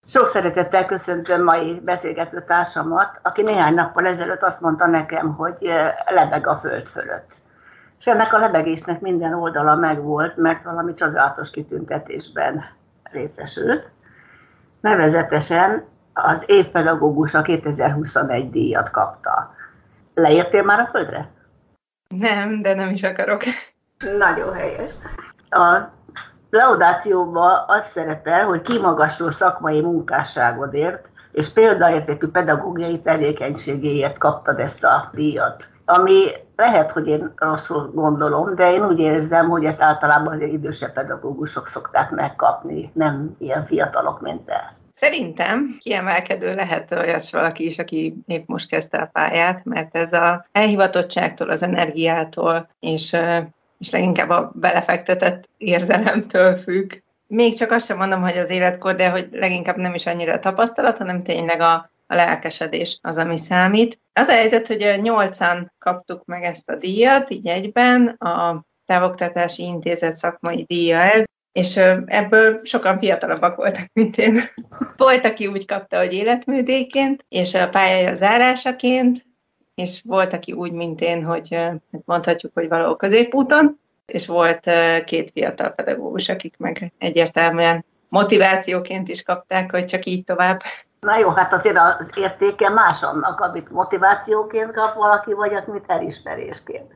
Sok szeretettel köszöntöm mai beszélgető társamat, aki néhány nappal ezelőtt azt mondta nekem, hogy lebeg a föld fölött. És ennek a lebegésnek minden oldala megvolt, mert valami csodálatos kitüntetésben részesült. Nevezetesen az évpedagógusa 2021 díjat kapta. Leértél már a földre? Nem, de nem is akarok. Nagyon helyes. A laudációban az szerepel, hogy kimagasló szakmai munkásságodért és példaértékű pedagógiai tevékenységéért kaptad ezt a díjat. Ami lehet, hogy én rosszul gondolom, de én úgy érzem, hogy ezt általában az idősebb pedagógusok szokták megkapni, nem ilyen fiatalok, mint te. Szerintem kiemelkedő lehet olyas valaki is, aki épp most kezdte a pályát, mert ez az elhivatottságtól, az energiától, és leginkább a belefektetett érzelemtől függ. Még csak azt sem mondom, hogy az életkor, de hogy leginkább nem is annyira a tapasztalat, hanem tényleg a lelkesedés az, ami számít. Az a helyzet, hogy 8-an kaptuk meg ezt a díjat, így egyben, a Távoktatási Intézet szakmai díja ez, és ebből sokan fiatalabbak voltak, mint én. Volt, aki úgy kapta, hogy életműdíjként, és a pályája zárásaként, és volt, aki úgy, mint én, hogy mondhatjuk, hogy valahol középúton, és volt 2 fiatal pedagógus, akik meg egyértelműen motivációként is kapták, hogy csak így tovább. Na jó, hát azért az értéke más annak, amit motivációként kap valaki, vagy amit elismerésként.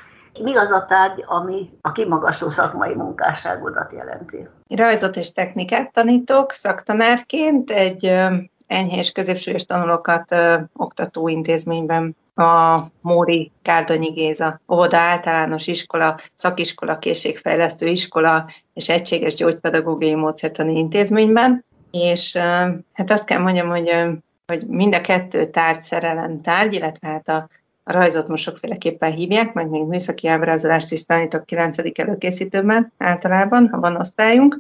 Mi az a tárgy, ami a kimagasló szakmai munkásságodat jelenti? Rajzot és technikát tanítok szaktanárként egy enyhés középsős tanulókat oktató intézményben, a Móri Kárdonyi Géza óvoda, általános iskola, szakiskola, készségfejlesztő iskola és egységes gyógypedagógiai módszertani intézményben, és hát azt kell mondjam, hogy mind a 2 tárgy szerelem tárgy, illetve hát a rajzot most sokféleképpen hívják, majd még műszaki ábrázolást is tanítok 9. előkészítőben általában, ha van osztályunk,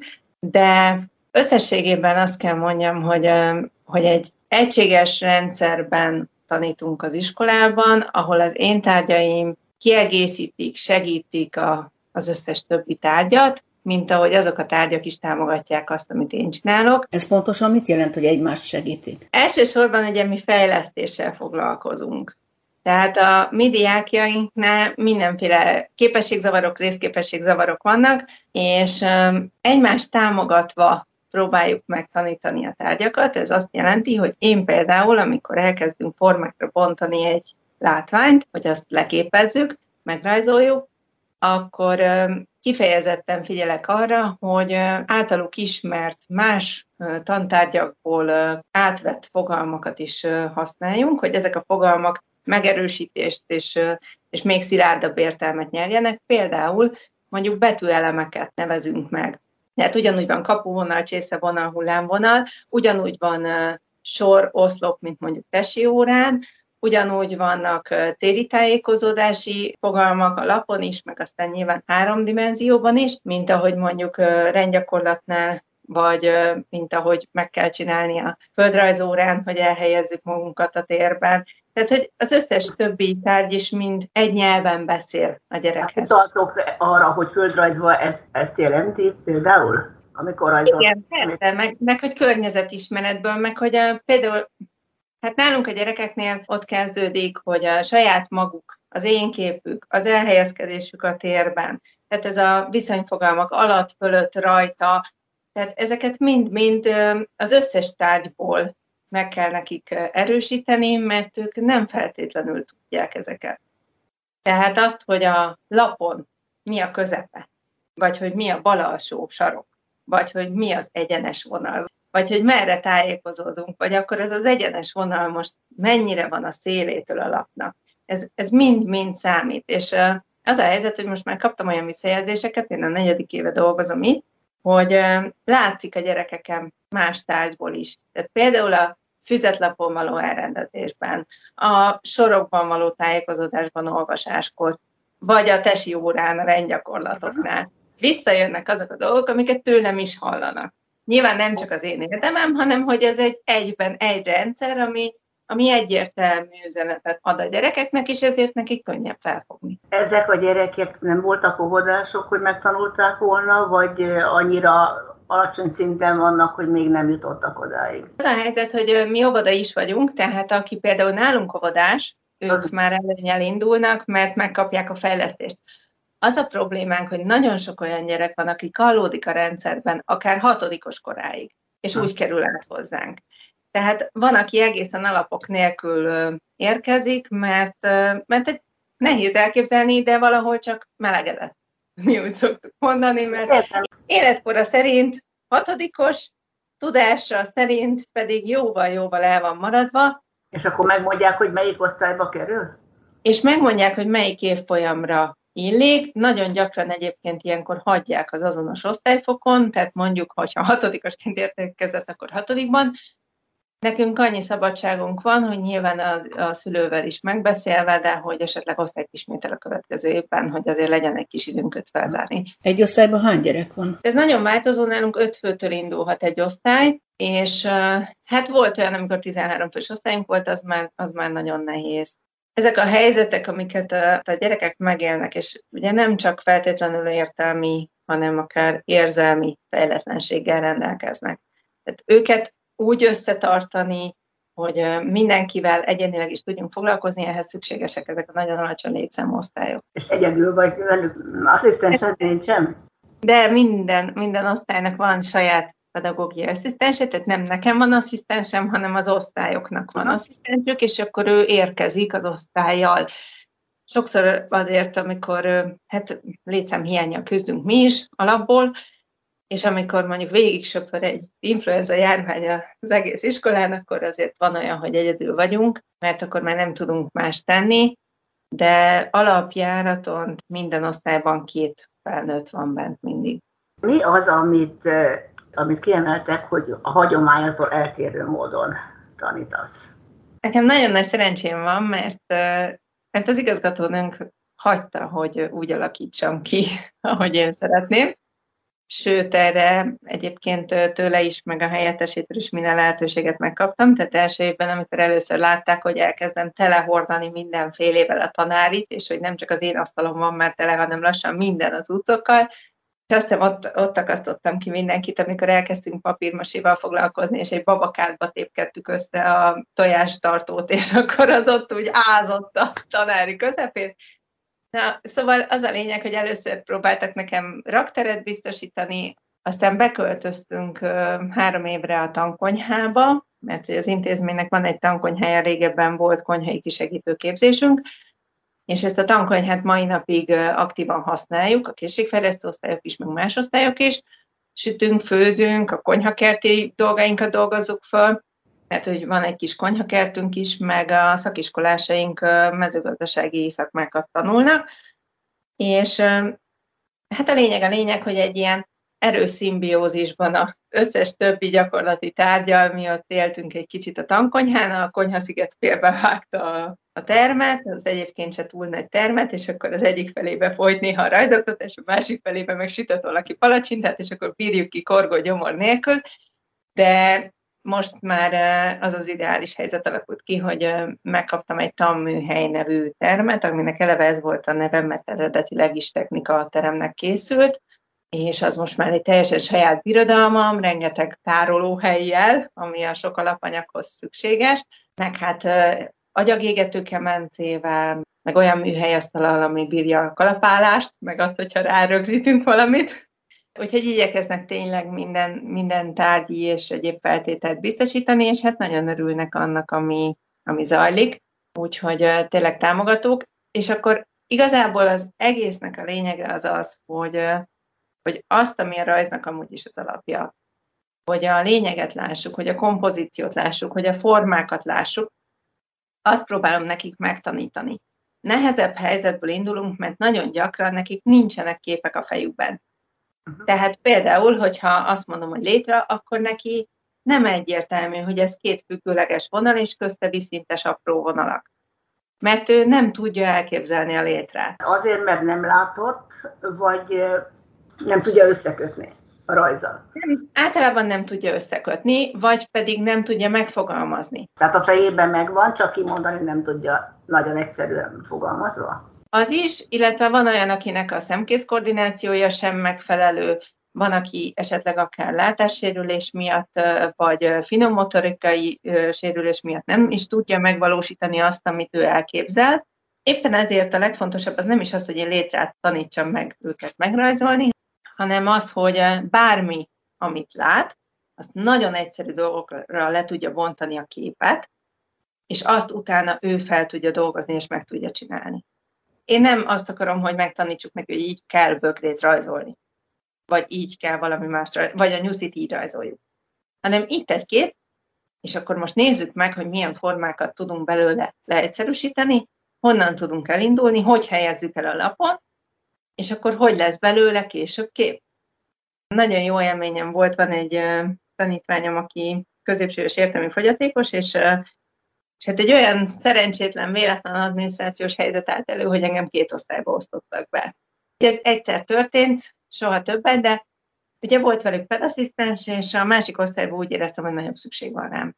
de összességében azt kell mondjam, hogy egy egységes rendszerben tanítunk az iskolában, ahol az én tárgyaim kiegészítik, segítik az összes többi tárgyat, mint ahogy azok a tárgyak is támogatják azt, amit én csinálok. Ez pontosan mit jelent, hogy egymást segítik? Elsősorban ugye mi fejlesztéssel foglalkozunk. Tehát a mi diákjainknál mindenféle képességzavarok, részképességzavarok vannak, és egymást támogatva próbáljuk megtanítani a tárgyakat. Ez azt jelenti, hogy én például, amikor elkezdünk formákra bontani egy látványt, hogy azt leképezzük, megrajzoljuk, akkor kifejezetten figyelek arra, hogy általuk ismert más tantárgyakból átvett fogalmakat is használjunk, hogy ezek a fogalmak megerősítést és még szilárdabb értelmet nyerjenek. Például mondjuk betűelemeket nevezünk meg. Tehát ugyanúgy van kapuvonal, csészevonal, hullámvonal, ugyanúgy van sor, oszlop, mint mondjuk tesi órán, ugyanúgy vannak téri tájékozódási fogalmak a lapon is, meg aztán nyilván 3 dimenzióban is, mint ahogy mondjuk rendgyakorlatnál, vagy mint ahogy meg kell csinálni a földrajzórán, hogy elhelyezzük magunkat a térben. Tehát, hogy az összes többi tárgy is mind egy nyelven beszél a gyerekhez. Tartok arra, hogy földrajzban ezt jelenti például, amikor rajzol? Igen, persze, meg hogy környezetismeretből, meg hogy például hát nálunk a gyerekeknél ott kezdődik, hogy a saját maguk, az én képük, az elhelyezkedésük a térben, tehát ez a viszonyfogalmak alatt, fölött, rajta, tehát ezeket mind-mind az összes tárgyból meg kell nekik erősíteni, mert ők nem feltétlenül tudják ezeket. Tehát azt, hogy a lapon mi a közepe, vagy hogy mi a bal alsó sarok, vagy hogy mi az egyenes vonal, vagy hogy merre tájékozódunk, vagy akkor ez az egyenes vonal most mennyire van a szélétől a lapnak. Ez mind-mind számít. És az a helyzet, hogy most már kaptam olyan visszajelzéseket, én a 4. éve dolgozom itt, hogy látszik a gyerekeken más tárgyból is. Tehát például a füzetlapon való elrendezésben, a sorokban való tájékozódásban, olvasáskor, vagy a tesi órán, a rendgyakorlatoknál. Visszajönnek azok a dolgok, amiket tőlem is hallanak. Nyilván nem csak az én érdemem, hanem hogy ez egyben egy rendszer, ami egyértelmű üzenetet ad a gyerekeknek, és ezért nekik könnyebb felfogni. Ezek a gyerekek nem voltak óvodások, hogy megtanulták volna, vagy annyira alacsony szinten vannak, hogy még nem jutottak odáig. Az a helyzet, hogy mi óvoda is vagyunk, tehát aki például nálunk óvodás, ők Az... már előnyel indulnak, mert megkapják a fejlesztést. Az a problémánk, hogy nagyon sok olyan gyerek van, aki kallódik a rendszerben, akár 6. koráig, és úgy kerül át hozzánk. Tehát van, aki egészen alapok nélkül érkezik, mert nehéz elképzelni, de valahol csak melegedett. Mi úgy szoktuk mondani, mert életkora szerint 6. tudásra szerint pedig jóval-jóval el van maradva. És akkor megmondják, hogy melyik osztályba kerül? És megmondják, hogy melyik évfolyamra illik. Nagyon gyakran egyébként ilyenkor hagyják az azonos osztályfokon, tehát mondjuk, hogyha 6-osként érkezett, akkor 6-ban. Nekünk annyi szabadságunk van, hogy nyilván a szülővel is megbeszélve, de hogy esetleg osztályt ismétel a következő évben, hogy azért legyen egy kis időnk felzárni. Egy osztályban hány gyerek van? Ez nagyon változó, nálunk 5 főtől indulhat egy osztály, és hát volt olyan, amikor 13 fős osztályunk volt, az már nagyon nehéz. Ezek a helyzetek, amiket a gyerekek megélnek, és ugye nem csak feltétlenül értelmi, hanem akár érzelmi fejletlenséggel rendelkeznek. Tehát őket úgy összetartani, hogy mindenkivel egyénileg is tudjunk foglalkozni, ehhez szükségesek ezek a nagyon alacsony létszámú osztályok. És egyedül vagy velük, asszisztensed nincsen? De minden osztálynak van saját pedagógiai asszisztense, tehát nem nekem van asszisztensem, hanem az osztályoknak van asszisztensük, és akkor ő érkezik az osztállyal. Sokszor azért, amikor létszámhiánnyal küzdünk mi is alapból, és amikor mondjuk végig söpör egy influenza járvány az egész iskolán, akkor azért van olyan, hogy egyedül vagyunk, mert akkor már nem tudunk más tenni, de alapjáraton minden osztályban 2 felnőtt van bent mindig. Mi az, amit kiemeltek, hogy a hagyományától eltérő módon tanítasz? Nekem nagyon nagy szerencsém van, mert az igazgatónőnk hagyta, hogy úgy alakítsam ki, ahogy én szeretném. Sőt, erre egyébként tőle is, meg a helyettesétől is minden lehetőséget megkaptam. Tehát első évben, amikor először látták, hogy elkezdem telehordani mindenfélével a tanárit, és hogy nem csak az én asztalom van már tele, hanem lassan minden az utcokkal. És azt hiszem, ott akasztottam ki mindenkit, amikor elkezdtünk papírmasival foglalkozni, és egy babakádba tépkedtük össze a tojástartót, és akkor az ott úgy ázott a tanári közepén. Na, szóval az a lényeg, hogy először próbáltak nekem rakteret biztosítani, aztán beköltöztünk 3 évre a tankonyhába, mert az intézménynek van egy tankonyhája, régebben volt konyhai kisegítő képzésünk, és ezt a tankonyhát mai napig aktívan használjuk, a készségfejlesztő osztályok is, meg más osztályok is. Sütünk, főzünk, a konyhakerti dolgainkat dolgozzuk föl, mert hogy van egy kis konyhakertünk is, meg a szakiskolásaink mezőgazdasági szakmákat tanulnak, és hát a lényeg, hogy egy ilyen erős szimbiózisban az összes többi gyakorlati tárgyal mi ott éltünk egy kicsit a tankonyhán, a konyhasziget félbevágta a termet, az egyébként se túl nagy termet, és akkor az egyik felébe folyt néha a rajzoktatás, a másik felébe meg sütött valaki palacsintát, és akkor bírjuk ki korgó gyomor nélkül, de most már az az ideális helyzet alakult ki, hogy megkaptam egy tanműhely nevű termet, aminek eleve ez volt a nevem, mert eredetileg is technika teremnek készült, és az most már egy teljesen saját birodalmam, rengeteg tárolóhellyel, ami a sok alapanyaghoz szükséges, meg hát agyagégető kemencével, meg olyan műhelyasztallal, ami bírja a kalapálást, meg azt, hogyha rárögzítünk valamit. Úgyhogy igyekeznek tényleg minden tárgyi és egyéb feltételt biztosítani, és hát nagyon örülnek annak, ami zajlik. Úgyhogy tényleg támogatók. És akkor igazából az egésznek a lényege az, hogy azt, ami a rajznak amúgy is az alapja, hogy a lényeget lássuk, hogy a kompozíciót lássuk, hogy a formákat lássuk, azt próbálom nekik megtanítani. Nehezebb helyzetből indulunk, mert nagyon gyakran nekik nincsenek képek a fejükben. Tehát például, hogyha azt mondom, hogy létre, akkor neki nem egyértelmű, hogy ez 2 függőleges vonal, és közte vízszintes apró vonalak. Mert ő nem tudja elképzelni a létrát. Azért, mert nem látott, vagy nem tudja összekötni a rajzzal? Általában nem tudja összekötni, vagy pedig nem tudja megfogalmazni. Tehát a fejében megvan, csak kimondani nem tudja nagyon egyszerűen fogalmazva? Az is, illetve van olyan, akinek a szemkész koordinációja sem megfelelő, van, aki esetleg akár látássérülés miatt, vagy finommotorikai sérülés miatt nem is tudja megvalósítani azt, amit ő elképzel. Éppen ezért a legfontosabb az nem is az, hogy én létrát tanítsam meg őket megrajzolni, hanem az, hogy bármi, amit lát, azt nagyon egyszerű dolgokra le tudja bontani a képet, és azt utána ő fel tudja dolgozni, és meg tudja csinálni. Én nem azt akarom, hogy megtanítsuk neki, hogy így kell bökrét rajzolni, vagy így kell valami mást rajzolni, vagy a nyuszit így rajzoljuk. Hanem itt egy kép, és akkor most nézzük meg, hogy milyen formákat tudunk belőle leegyszerűsíteni, honnan tudunk elindulni, hogy helyezzük el a lapon, és akkor hogy lesz belőle később kép. Nagyon jó élményem volt, van egy tanítványom, aki középsős értelmi fogyatékos, és hát egy olyan szerencsétlen, véletlen adminisztrációs helyzet állt elő, hogy engem 2 osztályba osztottak be. Ez egyszer történt, soha többet, de ugye volt velük pedasszisztens, és a másik osztályban úgy éreztem, hogy nagyobb szükség van rám.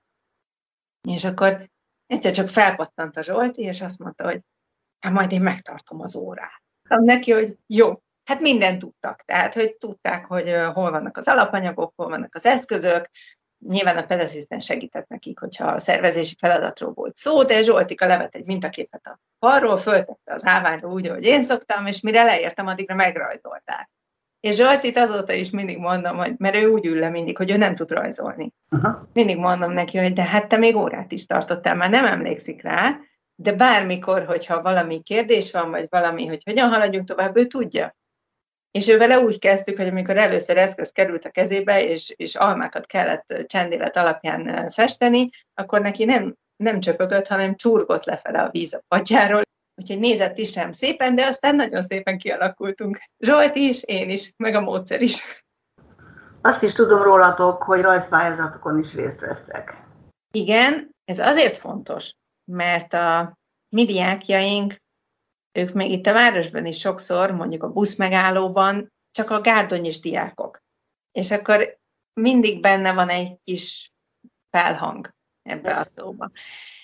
És akkor egyszer csak felpattant a Zsolti, és azt mondta, hogy hát majd én megtartom az órát. Mondtam neki, hogy jó. Hát mindent tudtak, tehát hogy tudták, hogy hol vannak az alapanyagok, hol vannak az eszközök. Nyilván a pedasszisztens segített nekik, hogyha a szervezési feladatról volt szó, de Zsoltika levett egy mintaképet a falról, föltette az állványra úgy, ahogy én szoktam, és mire leértem, addigra megrajzolták. És Zsoltit azóta is mindig mondom, hogy, mert ő úgy ül le mindig, hogy ő nem tud rajzolni. Mindig mondom neki, hogy de hát te még órát is tartottál, már nem emlékszik rá, de bármikor, hogyha valami kérdés van, vagy valami, hogy hogyan haladjunk tovább, ő tudja. És ő vele úgy kezdtük, hogy amikor először eszköz került a kezébe, és almákat kellett csendélet alapján festeni, akkor neki nem csöpögött, hanem csurgott lefele a víz a padjáról. Úgyhogy nézett is rám szépen, de aztán nagyon szépen kialakultunk. Zsolt is, én is, meg a módszer is. Azt is tudom rólatok, hogy rajzpályázatokon is részt vesztek. Igen, ez azért fontos, mert a mi diákjaink, ők még itt a városban is sokszor, mondjuk a buszmegállóban, csak a gárdonyis diákok. És akkor mindig benne van egy kis felhang ebbe a szóba.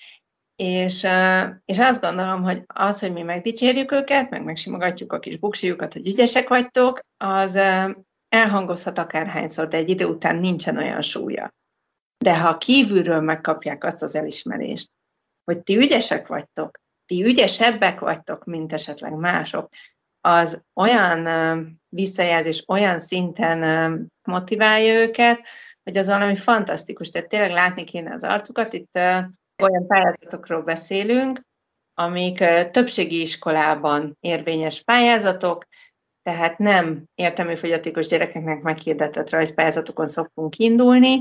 És azt gondolom, hogy az, hogy mi megdicsérjük őket, meg megsimogatjuk a kis buksiukat, hogy ügyesek vagytok, az elhangozhat akárhányszor, de egy idő után nincsen olyan súlya. De ha kívülről megkapják azt az elismerést, hogy ti ügyesek vagytok, ti ügyesebbek vagytok, mint esetleg mások, az olyan visszajelzés, olyan szinten motiválja őket, hogy az valami fantasztikus. Tehát tényleg látni kéne az arcukat. Itt olyan pályázatokról beszélünk, amik többségi iskolában érvényes pályázatok, tehát nem értelmi fogyatékos gyerekeknek meghirdetett rajzpályázatokon szoktunk indulni,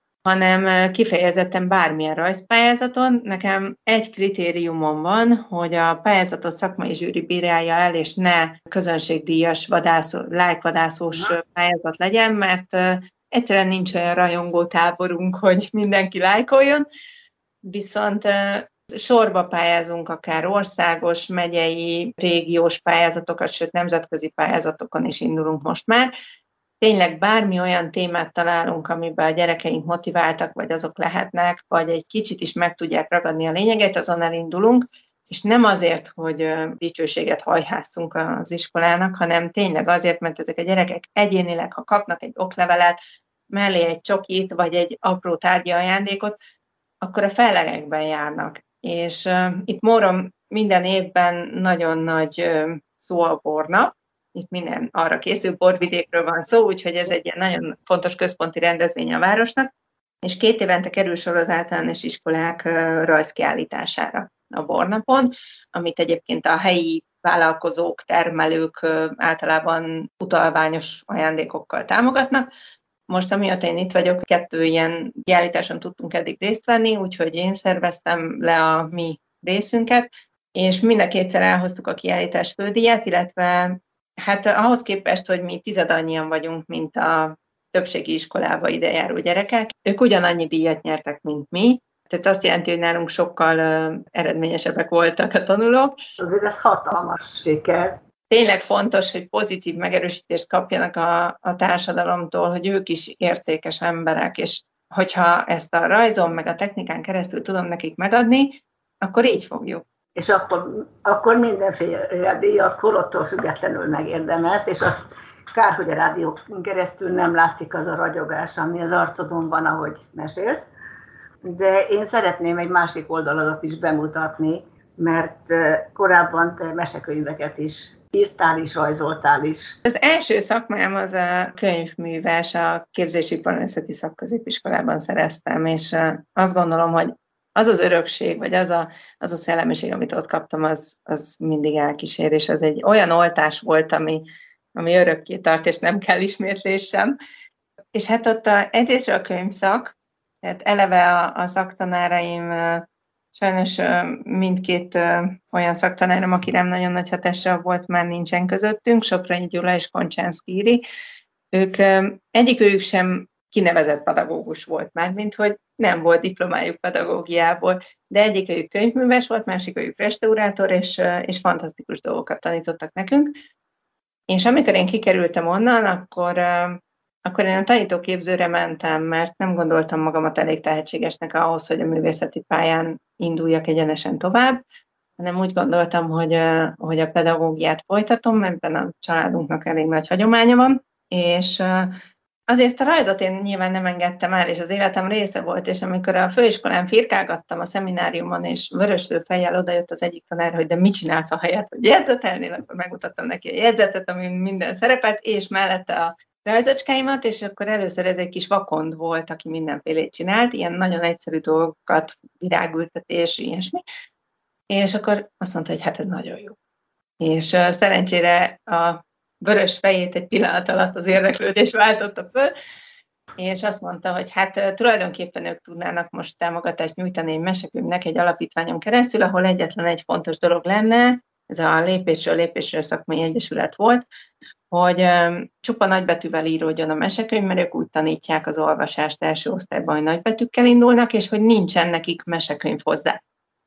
hanem kifejezetten bármilyen rajzpályázaton. Nekem egy kritériumom van, hogy a pályázatot szakmai zsűri bírálja el, és ne közönségdíjas lájkvadászós pályázat legyen, mert egyszerűen nincs olyan rajongó táborunk, hogy mindenki lájkoljon, viszont sorba pályázunk akár országos, megyei, régiós pályázatokat, sőt nemzetközi pályázatokon is indulunk most már. Tényleg bármi olyan témát találunk, amiben a gyerekeink motiváltak, vagy azok lehetnek, vagy egy kicsit is meg tudják ragadni a lényeget, azon elindulunk, és nem azért, hogy dicsőséget hajhásszunk az iskolának, hanem tényleg azért, mert ezek a gyerekek egyénileg, ha kapnak egy oklevelet, mellé egy csokit, vagy egy apró tárgyi ajándékot, akkor a fellegekben járnak. És itt Móron minden évben nagyon nagy szó a bornap, itt minden arra készül, borvidékről van szó, úgyhogy ez egy ilyen nagyon fontos központi rendezvény a városnak, és 2 évente kerül sor az általános iskolák rajzkiállítására a bornapon, amit egyébként a helyi vállalkozók, termelők általában utalványos ajándékokkal támogatnak. Most, amióta én itt vagyok, 2 ilyen kiállításon tudtunk eddig részt venni, úgyhogy én szerveztem le a mi részünket, és mind a 2-szer elhoztuk a kiállítás fődíjat, illetve hát ahhoz képest, hogy mi 10 annyian vagyunk, mint a többségi iskolába idejáró gyerekek, ők ugyanannyi díjat nyertek, mint mi, tehát azt jelenti, hogy nálunk sokkal eredményesebbek voltak a tanulók. Azért ez hatalmas siker. Tényleg fontos, hogy pozitív megerősítést kapjanak a társadalomtól, hogy ők is értékes emberek, és hogyha ezt a rajzon meg a technikán keresztül tudom nekik megadni, akkor így fogjuk. És akkor mindenféle díjat korottól függetlenül megérdemelsz, és azt Kár, hogy a rádiókon keresztül nem látszik az a ragyogás, ami az arcodon van, ahogy mesélsz. De én szeretném egy másik oldaladat is bemutatni, mert korábban te mesekönyveket is írtál is, rajzoltál is. Az első szakmám az a könyvműves, a képzési-iparművészeti szakközépiskolában szereztem, és azt gondolom, hogy az az örökség, vagy az a szellemiség, amit ott kaptam, az mindig elkísér, és az egy olyan oltás volt, ami örökké tart, és nem kell ismétlés sem. És hát ott egyrésztről a könyvszak, tehát eleve a szaktanáraim, sajnos mindkét olyan szaktanárom, aki nem nagyon nagy hatással volt, már nincsen közöttünk, Sopronyi Gyula és Koncsánszky Iri. Egyikőjük sem kinevezett pedagógus volt már, mint hogy nem volt diplomájuk pedagógiából, de egyikőjük könyvműves volt, másikőjük restaurátor, és fantasztikus dolgokat tanítottak nekünk. És amikor én kikerültem onnan, akkor én a tanítóképzőre mentem, mert nem gondoltam magamat elég tehetségesnek ahhoz, hogy a művészeti pályán induljak egyenesen tovább, hanem úgy gondoltam, hogy a pedagógiát folytatom, ebben a családunknak elég nagy hagyománya van, és azért a rajzot én nyilván nem engedtem el, és az életem része volt, és amikor a főiskolán firkálgattam a szemináriumon, és vöröslő fejjel odajött az egyik tanár, hogy de mit csinálsz a helyet, hogy jegyzetelnél, akkor megmutattam neki a jegyzetet, amin minden szerepet, és mellette a rajzocskáimat, és akkor először ez egy kis vakond volt, aki mindenfélét csinált, ilyen nagyon egyszerű dolgokat, virágültetés, ilyesmi, és akkor azt mondta, hogy hát ez nagyon jó. És szerencsére a vörös fejét egy pillanat alatt az érdeklődés váltotta föl, és azt mondta, hogy hát tulajdonképpen ők tudnának most támogatást nyújtani egy mesekönyvnek egy alapítványon keresztül, ahol egyetlen egy fontos dolog lenne, ez a Lépésről Lépésre Szakmai Egyesület volt, hogy csupa nagybetűvel íródjon a mesekönyv, mert ők úgy tanítják az olvasást első osztályban, hogy nagybetűkkel indulnak, és hogy nincsen nekik mesekönyv hozzá.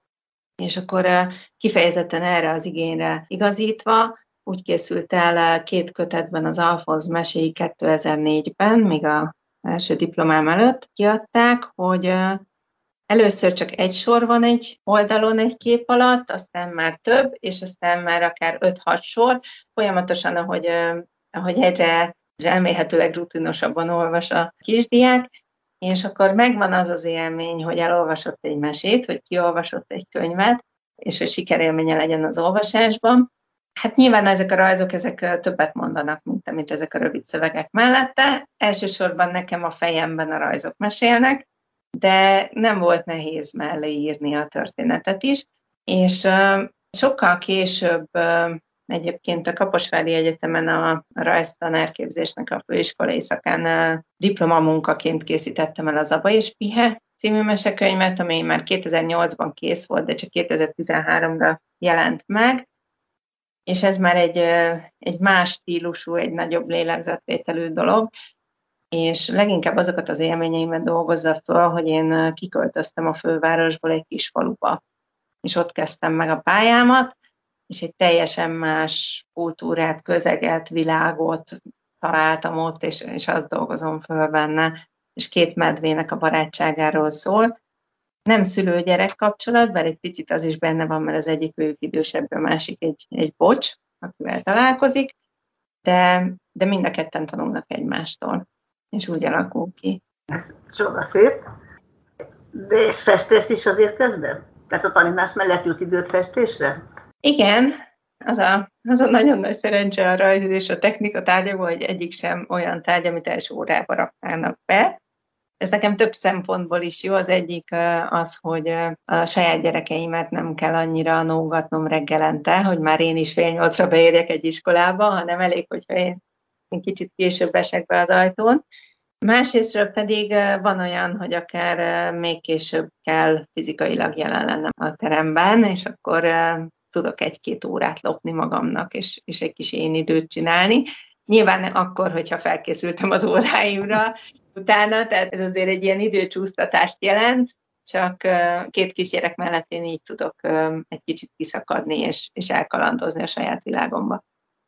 És akkor kifejezetten erre az igényre igazítva, úgy készült el 2 kötetben az Alfonz meséi 2004-ben, még az első diplomám előtt kiadták, hogy először csak egy sor van egy oldalon egy kép alatt, aztán már több, és aztán már akár 5-6 sor, folyamatosan, ahogy egyre remélhetőleg rutinosabban olvas a kisdiák, és akkor megvan az az élmény, hogy elolvasott egy mesét, hogy kiolvasott egy könyvet, és hogy sikerélménye legyen az olvasásban. Hát nyilván ezek a rajzok, ezek többet mondanak, mint amit ezek a rövid szövegek mellette. Elsősorban nekem a fejemben a rajzok mesélnek, de nem volt nehéz mellé írni a történetet is, és sokkal később egyébként a Kaposvári Egyetemen a rajztanárképzésnek a főiskolai szakán diplomamunkaként készítettem el az Aba és Pihe című mesekönyvet, ami már 2008-ban kész volt, de csak 2013-ra jelent meg, és ez már egy más stílusú, egy nagyobb lélegzetvételű dolog, és leginkább azokat az élményeimet dolgozza föl, hogy én kiköltöztem a fővárosból egy kis faluba, és ott kezdtem meg a pályámat, és egy teljesen más kultúrát, közeget, világot találtam ott, és azt dolgozom föl benne, és 2 medvének a barátságáról szól. Nem szülő-gyerek kapcsolat, bár egy picit az is benne van, mert az egyik ők idősebb, a másik egy bocs, akivel találkozik, de mind a ketten tanulnak egymástól, és úgy alakul ki. Ez csodaszép. De és festesz is azért közben? Tehát a tanítás mellett jut időt festésre? Igen, az a nagyon nagy szerencse a rajz és a technika tárgyakból, hogy egyik sem olyan tárgy, amit első órába raknának be. Ez nekem több szempontból is jó. Az egyik az, hogy a saját gyerekeimet nem kell annyira nógatnom reggelente, hogy már én is 7:30-ra beérjek egy iskolába, hanem elég, hogyha én kicsit később esek be az ajtón. Másrésztről pedig van olyan, hogy akár még később kell fizikailag jelen lennem a teremben, és akkor tudok 1-2 órát lopni magamnak, és egy kis én időt csinálni. Nyilván akkor, hogyha felkészültem az óráimra utána, tehát ez azért egy ilyen időcsúsztatást jelent, csak 2 kisgyerek mellett én így tudok egy kicsit kiszakadni, és elkalandozni a saját világomba.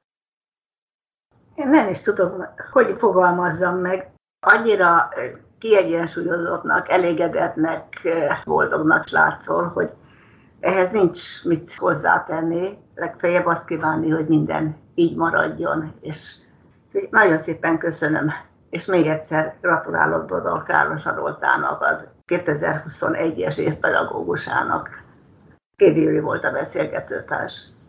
Én nem is tudom, hogy fogalmazzam meg. Annyira kiegyensúlyozottnak, elégedetnek, boldognak látszol, hogy ehhez nincs mit hozzátenni, legfeljebb azt kívánni, hogy minden így maradjon, és Nagyon szépen köszönöm, és még egyszer gratulálok Brodor Káros Adoltának, az 2021-es év pedagógusának. Kédi Júli volt a beszélgetőtárs.